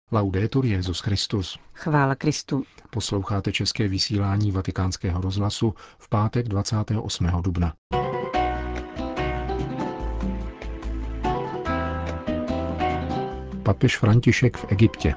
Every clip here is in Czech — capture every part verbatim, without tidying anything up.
Laudetur Jesus Christus. Chvála Kristu. Posloucháte české vysílání Vatikánského rozhlasu v pátek dvacátého osmého dubna. Papež František v Egyptě.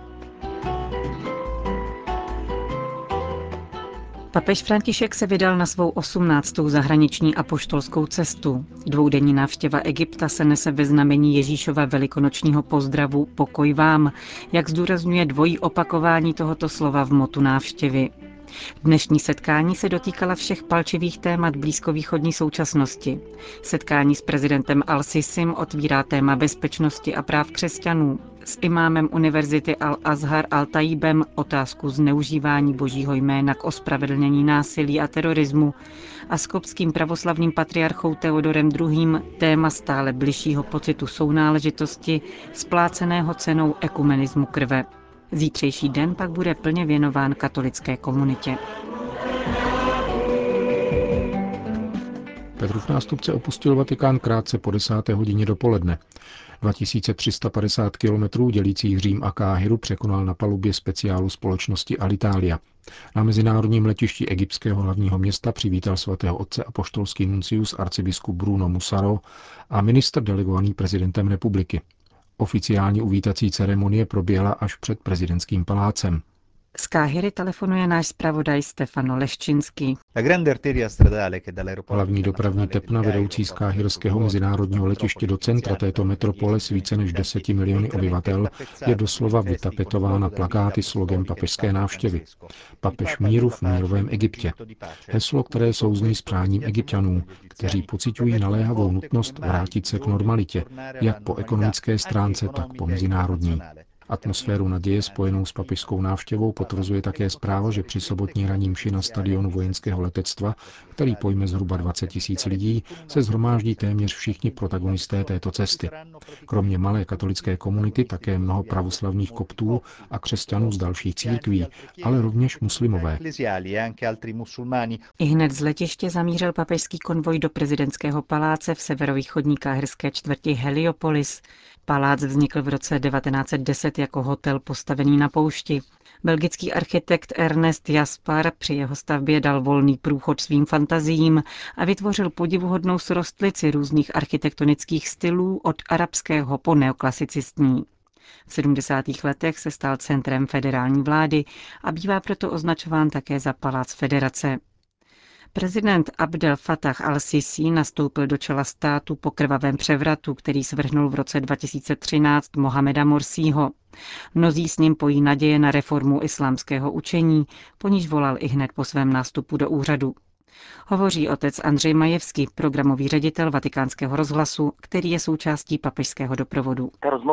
Papež František se vydal na svou osmnáctou zahraniční apoštolskou cestu. Dvoudenní návštěva Egypta se nese ve znamení Ježíšova velikonočního pozdravu Pokoj vám, jak zdůrazňuje dvojí opakování tohoto slova v motu návštěvy. Dnešní setkání se dotýkala všech palčivých témat blízkovýchodní současnosti. Setkání s prezidentem Al-Sisim otvírá téma bezpečnosti a práv křesťanů, s imámem univerzity Al-Azhar Al-Taibem otázku zneužívání božího jména k ospravedlnění násilí a terorismu a s koptským pravoslavným patriarchou Teodorem druhým. téma stále bližšího pocitu sounáležitosti spláceného cenou ekumenismu krve. Zítřejší den pak bude plně věnován katolické komunitě. Petrův nástupce opustil Vatikán krátce po desáté hodině dopoledne. dva tisíce tři sta padesát kilometrů dělících Řím a Káhiru překonal na palubě speciálu společnosti Alitalia. Na mezinárodním letišti egyptského hlavního města přivítal svatého otce apoštolský nuncius arcibiskup Bruno Musaro a ministr delegovaný prezidentem republiky. Oficiální uvítací ceremonie proběhla až před prezidentským palácem. Z Káhiry telefonuje náš zpravodaj Stefano Leščinský. Hlavní dopravní tepna vedoucí z káhirského mezinárodního letiště do centra této metropole s více než deseti miliony obyvatel je doslova vytapetována plakáty s logem papežské návštěvy. Papež míru v mírovém Egyptě. Heslo, které souzní s přáním Egypťanů, kteří pociťují naléhavou nutnost vrátit se k normalitě, jak po ekonomické stránce, tak po mezinárodní. Atmosféru naděje spojenou s papežskou návštěvou potvrzuje také zpráva, že při sobotní ranní mši na stadionu vojenského letectva, který pojme zhruba dvacet tisíc lidí, se shromáždí téměř všichni protagonisté této cesty. Kromě malé katolické komunity také mnoho pravoslavných koptů a křesťanů z dalších církví, ale rovněž muslimové. Ihned z letiště zamířil papežský konvoj do prezidentského paláce v severovýchodní káhirské čtvrti Heliopolis. Palác vznikl v roce devatenáct set deset jako hotel postavený na poušti. Belgický architekt Ernest Jaspar při jeho stavbě dal volný průchod svým fantaziím a vytvořil podivuhodnou srostlici různých architektonických stylů od arabského po neoklasicistní. V sedmdesátých letech se stal centrem federální vlády a bývá proto označován také za Palác federace. Prezident Abdel Fattah al-Sisi nastoupil do čela státu po krvavém převratu, který svrhnul v roce dva tisíce třináct Mohameda Morsího. Mnozí s ním pojí naděje na reformu islámského učení, po níž volal ihned po svém nástupu do úřadu. Hovoří otec Andřej Majevský, programový ředitel Vatikánského rozhlasu, který je součástí papežského doprovodu.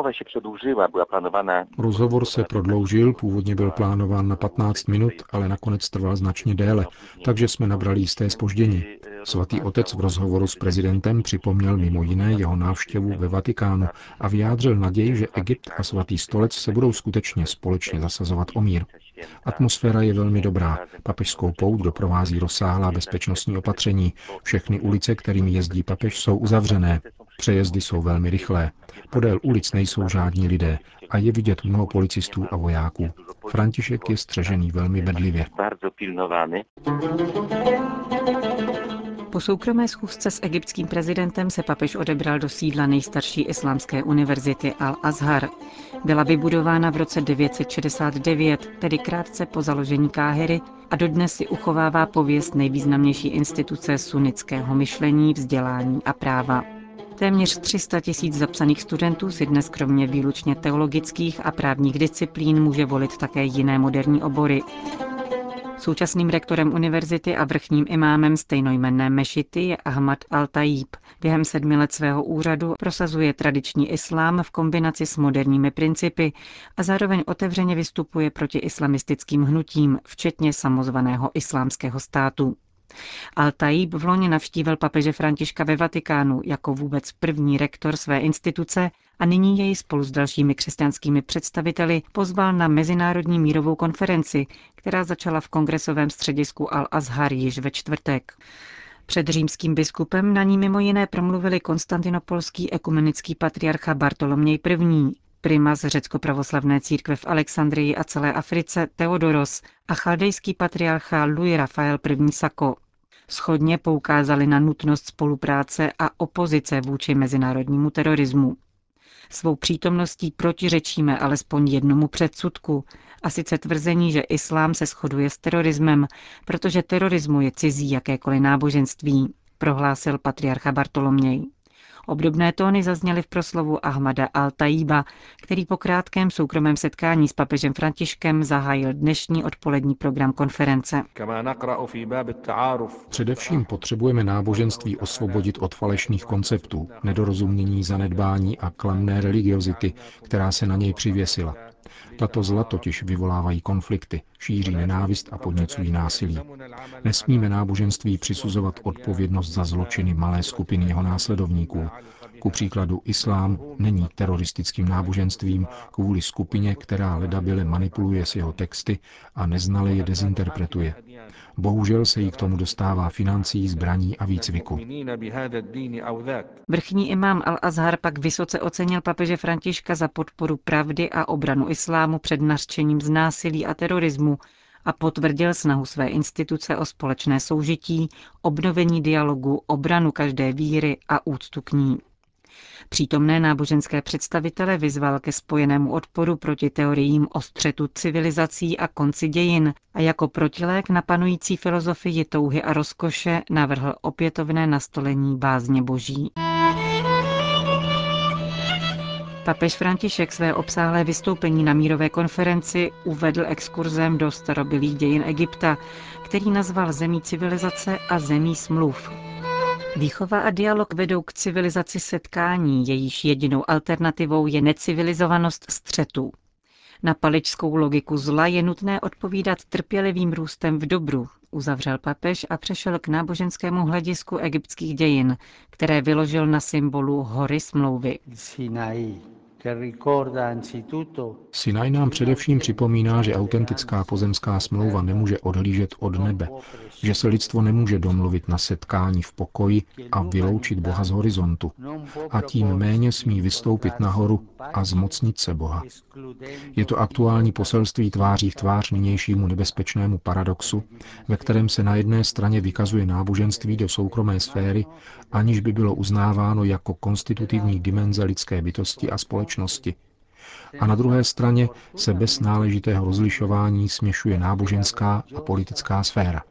Rozhovor se prodloužil, původně byl plánován na patnáct minut, ale nakonec trval značně déle, takže jsme nabrali jisté zpoždění. Svatý otec v rozhovoru s prezidentem připomněl mimo jiné jeho návštěvu ve Vatikánu a vyjádřil naději, že Egypt a Svatý stolec se budou skutečně společně zasazovat o mír. Atmosféra je velmi dobrá. Papežskou pouť doprovází rozsáhlá bezpečnostní opatření. Všechny ulice, kterými jezdí papež, jsou uzavřené. Přejezdy jsou velmi rychlé. Podél ulic nejsou žádní lidé a je vidět mnoho policistů a vojáků. František je střežený velmi bedlivě. Po soukromé schůzce s egyptským prezidentem se papež odebral do sídla nejstarší islámské univerzity Al-Azhar. Byla vybudována v roce devět set šedesát devět, tedy krátce po založení Káhiry, a dodnes si uchovává pověst nejvýznamnější instituce sunnitského myšlení, vzdělání a práva. Téměř tři sta tisíc zapsaných studentů si dnes kromě výlučně teologických a právních disciplín může volit také jiné moderní obory. Současným rektorem univerzity a vrchním imámem stejnojmenné mešity je Ahmad al-Taib. Během sedmi let svého úřadu prosazuje tradiční islám v kombinaci s moderními principy a zároveň otevřeně vystupuje proti islamistickým hnutím, včetně samozvaného islámského státu. Al-Taib v loni navštívil papeže Františka ve Vatikánu jako vůbec první rektor své instituce a nyní jej spolu s dalšími křesťanskými představiteli pozval na mezinárodní mírovou konferenci, která začala v kongresovém středisku Al-Azhar již ve čtvrtek. Před římským biskupem na ní mimo jiné promluvili konstantinopolský ekumenický patriarcha Bartoloměj I., primas řecko-pravoslavné církve v Alexandrii a celé Africe Theodoros a chaldejský patriarcha Louis Raphael I. Sako. Shodně poukázali na nutnost spolupráce a opozice vůči mezinárodnímu terorismu. Svou přítomností protiřečíme alespoň jednomu předsudku, a sice tvrzení, že islám se shoduje s terorismem, protože terorismu je cizí jakékoliv náboženství, prohlásil patriarcha Bartoloměj. Obdobné tóny zazněly v proslovu Ahmada al-Tajíba, který po krátkém soukromém setkání s papežem Františkem zahájil dnešní odpolední program konference. Především potřebujeme náboženství osvobodit od falešných konceptů, nedorozumění, zanedbání a klamné religiozity, která se na něj přivěsila. Tato zla totiž vyvolávají konflikty, šíří nenávist a podněcují násilí. Nesmíme náboženství přisuzovat odpovědnost za zločiny malé skupiny jeho následovníků. Ku příkladu islám není teroristickým náboženstvím kvůli skupině, která ledabyle manipuluje s jeho texty a neznale je dezinterpretuje. Bohužel se jí k tomu dostává financí, zbraní a výcviku. Vrchní imám Al-Azhar pak vysoce ocenil papeže Františka za podporu pravdy a obranu islámu před nařčením z násilí a terorismu a potvrdil snahu své instituce o společné soužití, obnovení dialogu, obranu každé víry a úctu k ní. Přítomné náboženské představitele vyzval ke spojenému odporu proti teoriím o střetu civilizací a konci dějin a jako protilék na panující filozofii touhy a rozkoše navrhl opětovné nastolení bázně boží. Papež František své obsáhlé vystoupení na mírové konferenci uvedl exkurzem do starobylých dějin Egypta, který nazval zemí civilizace a zemí smluv. Výchova a dialog vedou k civilizaci setkání, jejíž jedinou alternativou je necivilizovanost střetů. Na paličskou logiku zla je nutné odpovídat trpělivým růstem v dobru, uzavřel papež a přešel k náboženskému hledisku egyptských dějin, které vyložil na symbolu hory smlouvy. Sinaj nám především připomíná, že autentická pozemská smlouva nemůže odhlížet od nebe, že se lidstvo nemůže domluvit na setkání v pokoji a vyloučit Boha z horizontu, a tím méně smí vystoupit nahoru a zmocnit se Boha. Je to aktuální poselství tváří v tvář nynějšímu nebezpečnému paradoxu, ve kterém se na jedné straně vykazuje náboženství do soukromé sféry, aniž by bylo uznáváno jako konstitutivní dimenze lidské bytosti a společnosti. A na druhé straně se bez náležitého rozlišování směšuje náboženská a politická sféra.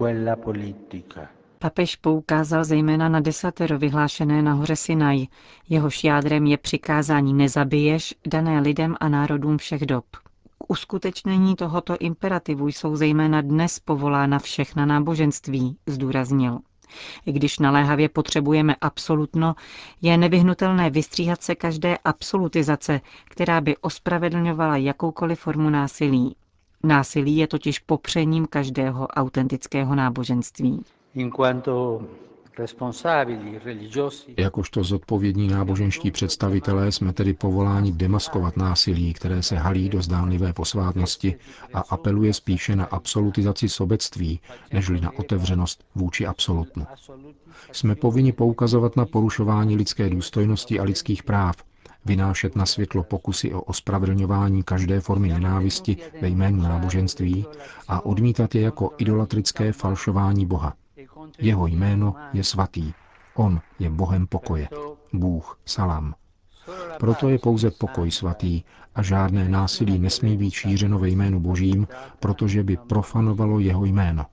Papež poukázal zejména na desatero vyhlášené na hoře Sinaj. Jehož jádrem je přikázání nezabiješ, dané lidem a národům všech dob. K uskutečnění tohoto imperativu jsou zejména dnes povolána všechna náboženství, zdůraznil. I když naléhavě potřebujeme absolutno, je nevyhnutelné vystříhat se každé absolutizace, která by ospravedlňovala jakoukoliv formu násilí. Násilí je totiž popřením každého autentického náboženství. Jakožto zodpovědní náboženští představitelé jsme tedy povoláni demaskovat násilí, které se halí do zdánlivé posvátnosti a apeluje spíše na absolutizaci sobectví, nežli na otevřenost vůči absolutnu. Jsme povinni poukazovat na porušování lidské důstojnosti a lidských práv, vynášet na světlo pokusy o ospravedlňování každé formy nenávisti ve jménu náboženství a odmítat je jako idolatrické falšování Boha. Jeho jméno je svatý. On je Bohem pokoje. Bůh Salám. Proto je pouze pokoj svatý a žádné násilí nesmí být šířeno ve jménu Božím, protože by profanovalo jeho jméno.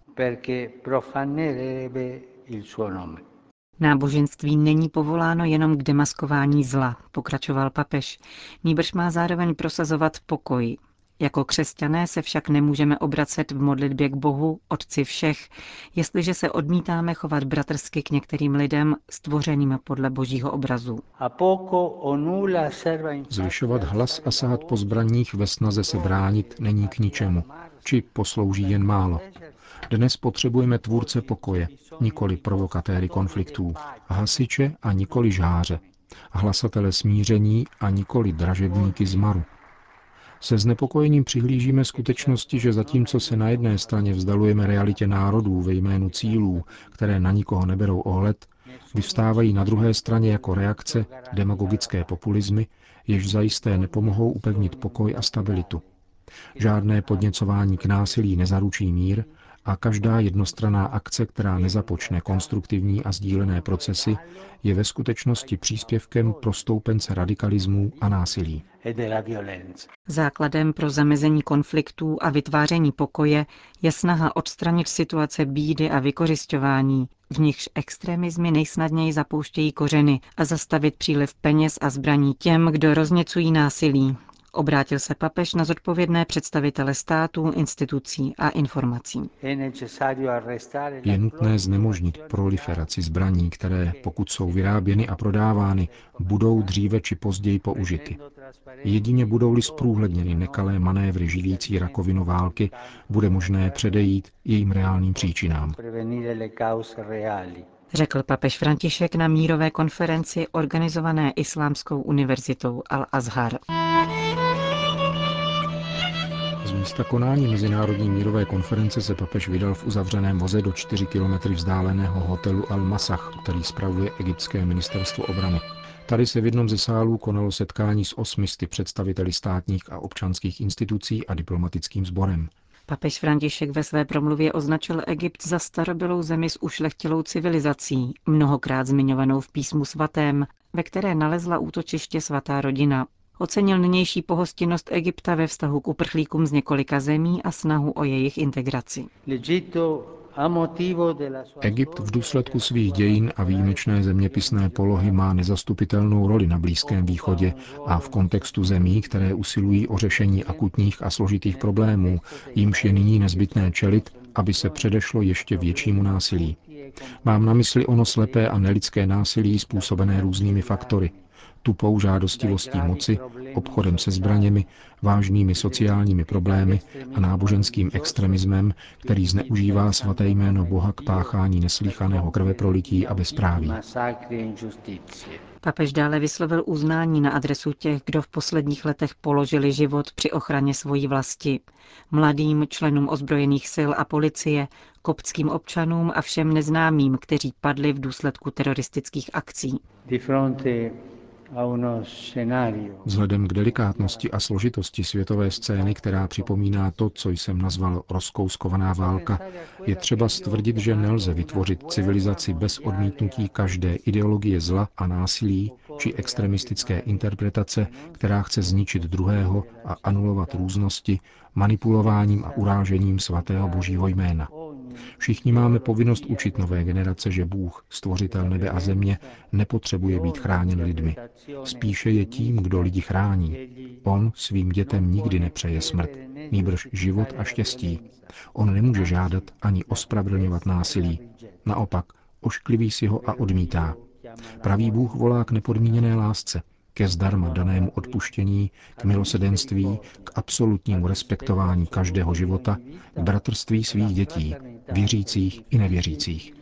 Náboženství není povoláno jenom k demaskování zla, pokračoval papež, nýbrž má zároveň prosazovat pokoj. Jako křesťané se však nemůžeme obracet v modlitbě k Bohu, Otci všech, jestliže se odmítáme chovat bratrsky k některým lidem stvořeným podle Božího obrazu. Zvyšovat hlas a sahat po zbraních ve snaze se bránit není k ničemu, či poslouží jen málo. Dnes potřebujeme tvůrce pokoje, nikoli provokatéry konfliktů, hasiče a nikoli žháře, hlasatele smíření a nikoli dražebníky zmaru. Se znepokojením přihlížíme skutečnosti, že zatímco se na jedné straně vzdalujeme realitě národů ve jménu cílů, které na nikoho neberou ohled, vyvstávají na druhé straně jako reakce demagogické populizmy, jež zajisté nepomohou upevnit pokoj a stabilitu. Žádné podněcování k násilí nezaručí mír a každá jednostranná akce, která nezapočne konstruktivní a sdílené procesy, je ve skutečnosti příspěvkem pro stoupence radikalismů a násilí. Základem pro zamezení konfliktů a vytváření pokoje je snaha odstranit situace bídy a vykořisťování, v nichž extremismy nejsnadněji zapouštějí kořeny, a zastavit příliv peněz a zbraní těm, kdo rozněcují násilí. Obrátil se papež na zodpovědné představitele států, institucí a informací. Je nutné znemožnit proliferaci zbraní, které, pokud jsou vyráběny a prodávány, budou dříve či později použity. Jedině budou-li zprůhledněny nekalé manévry živící rakovinu války, bude možné předejít jejím reálným příčinám. Řekl papež František na mírové konferenci organizované Islámskou univerzitou Al-Azhar. Z místa konání mezinárodní mírové konference se papež vydal v uzavřeném voze do čtyři kilometry vzdáleného hotelu Al-Masah, který spravuje egyptské ministerstvo obrany. Tady se v jednom ze sálů konalo setkání s osmisty představiteli státních a občanských institucí a diplomatickým sborem. Papež František ve své promluvě označil Egypt za starobylou zemi s ušlechtilou civilizací, mnohokrát zmiňovanou v písmu svatém, ve které nalezla útočiště svatá rodina. Ocenil nynější pohostinnost Egypta ve vztahu k uprchlíkům z několika zemí a snahu o jejich integraci. Egypt v důsledku svých dějin a výjimečné zeměpisné polohy má nezastupitelnou roli na Blízkém východě a v kontextu zemí, které usilují o řešení akutních a složitých problémů, jimž je nyní nezbytné čelit, aby se předešlo ještě většímu násilí. Mám na mysli ono slepé a nelidské násilí způsobené různými faktory, tupou žádostivostí moci, obchodem se zbraněmi, vážnými sociálními problémy a náboženským extremismem, který zneužívá svaté jméno Boha k páchání neslýchaného krveprolití a bezpráví. Papež dále vyslovil uznání na adresu těch, kdo v posledních letech položili život při ochraně svojí vlasti. Mladým členům ozbrojených sil a policie, koptským občanům a všem neznámým, kteří padli v důsledku teroristických akcí. Vzhledem k delikátnosti a složitosti světové scény, která připomíná to, co jsem nazval rozkouskovaná válka, je třeba stvrdit, že nelze vytvořit civilizaci bez odmítnutí každé ideologie zla a násilí či extremistické interpretace, která chce zničit druhého a anulovat různosti manipulováním a urážením svatého Božího jména. Všichni máme povinnost učit nové generace, že Bůh, stvořitel nebe a země, nepotřebuje být chráněn lidmi. Spíše je tím, kdo lidi chrání. On svým dětem nikdy nepřeje smrt, nýbrž život a štěstí. On nemůže žádat ani ospravedlňovat násilí. Naopak, ošklivý si ho a odmítá. Pravý Bůh volá k nepodmíněné lásce, ke zdarma danému odpuštění, k milosedenství, k absolutnímu respektování každého života, k bratrství svých dětí, věřících i nevěřících.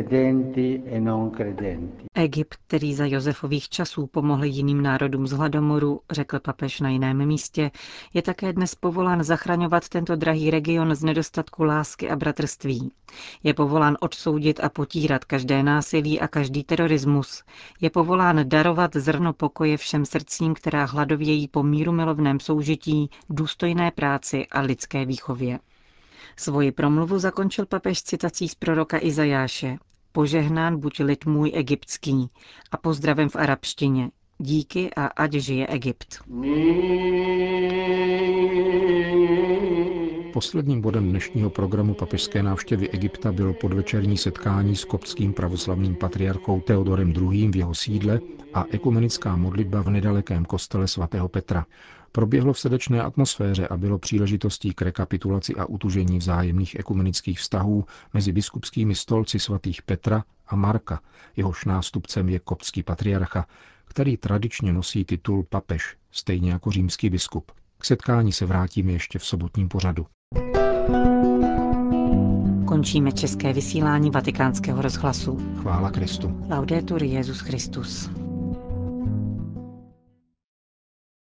Egypt, který za Josefových časů pomohl jiným národům z hladomoru, řekl papež na jiném místě, je také dnes povolán zachraňovat tento drahý region z nedostatku lásky a bratrství. Je povolán odsoudit a potírat každé násilí a každý terorismus. Je povolán darovat zrno pokoje všem srdcím, která hladovějí po mírumilovném soužití, důstojné práci a lidské výchově. Svoji promluvu zakončil papež citací z proroka Izajáše. Požehnán buď lid můj egyptský, a pozdravem v arabštině. Díky a ať žije Egypt. Posledním bodem dnešního programu papežské návštěvy Egypta bylo podvečerní setkání s koptským pravoslavným patriarchou Teodorem druhým. v jeho sídle a ekumenická modlitba v nedalekém kostele svatého Petra. Proběhlo v srdečné atmosféře a bylo příležitostí k rekapitulaci a utužení vzájemných ekumenických vztahů mezi biskupskými stolci svatých Petra a Marka, jehož nástupcem je koptský patriarcha, který tradičně nosí titul papež, stejně jako římský biskup. K setkání se vrátíme ještě v sobotním pořadu. Končíme české vysílání Vatikánského rozhlasu. Chvála Kristu. Laudetur Jesus Christus.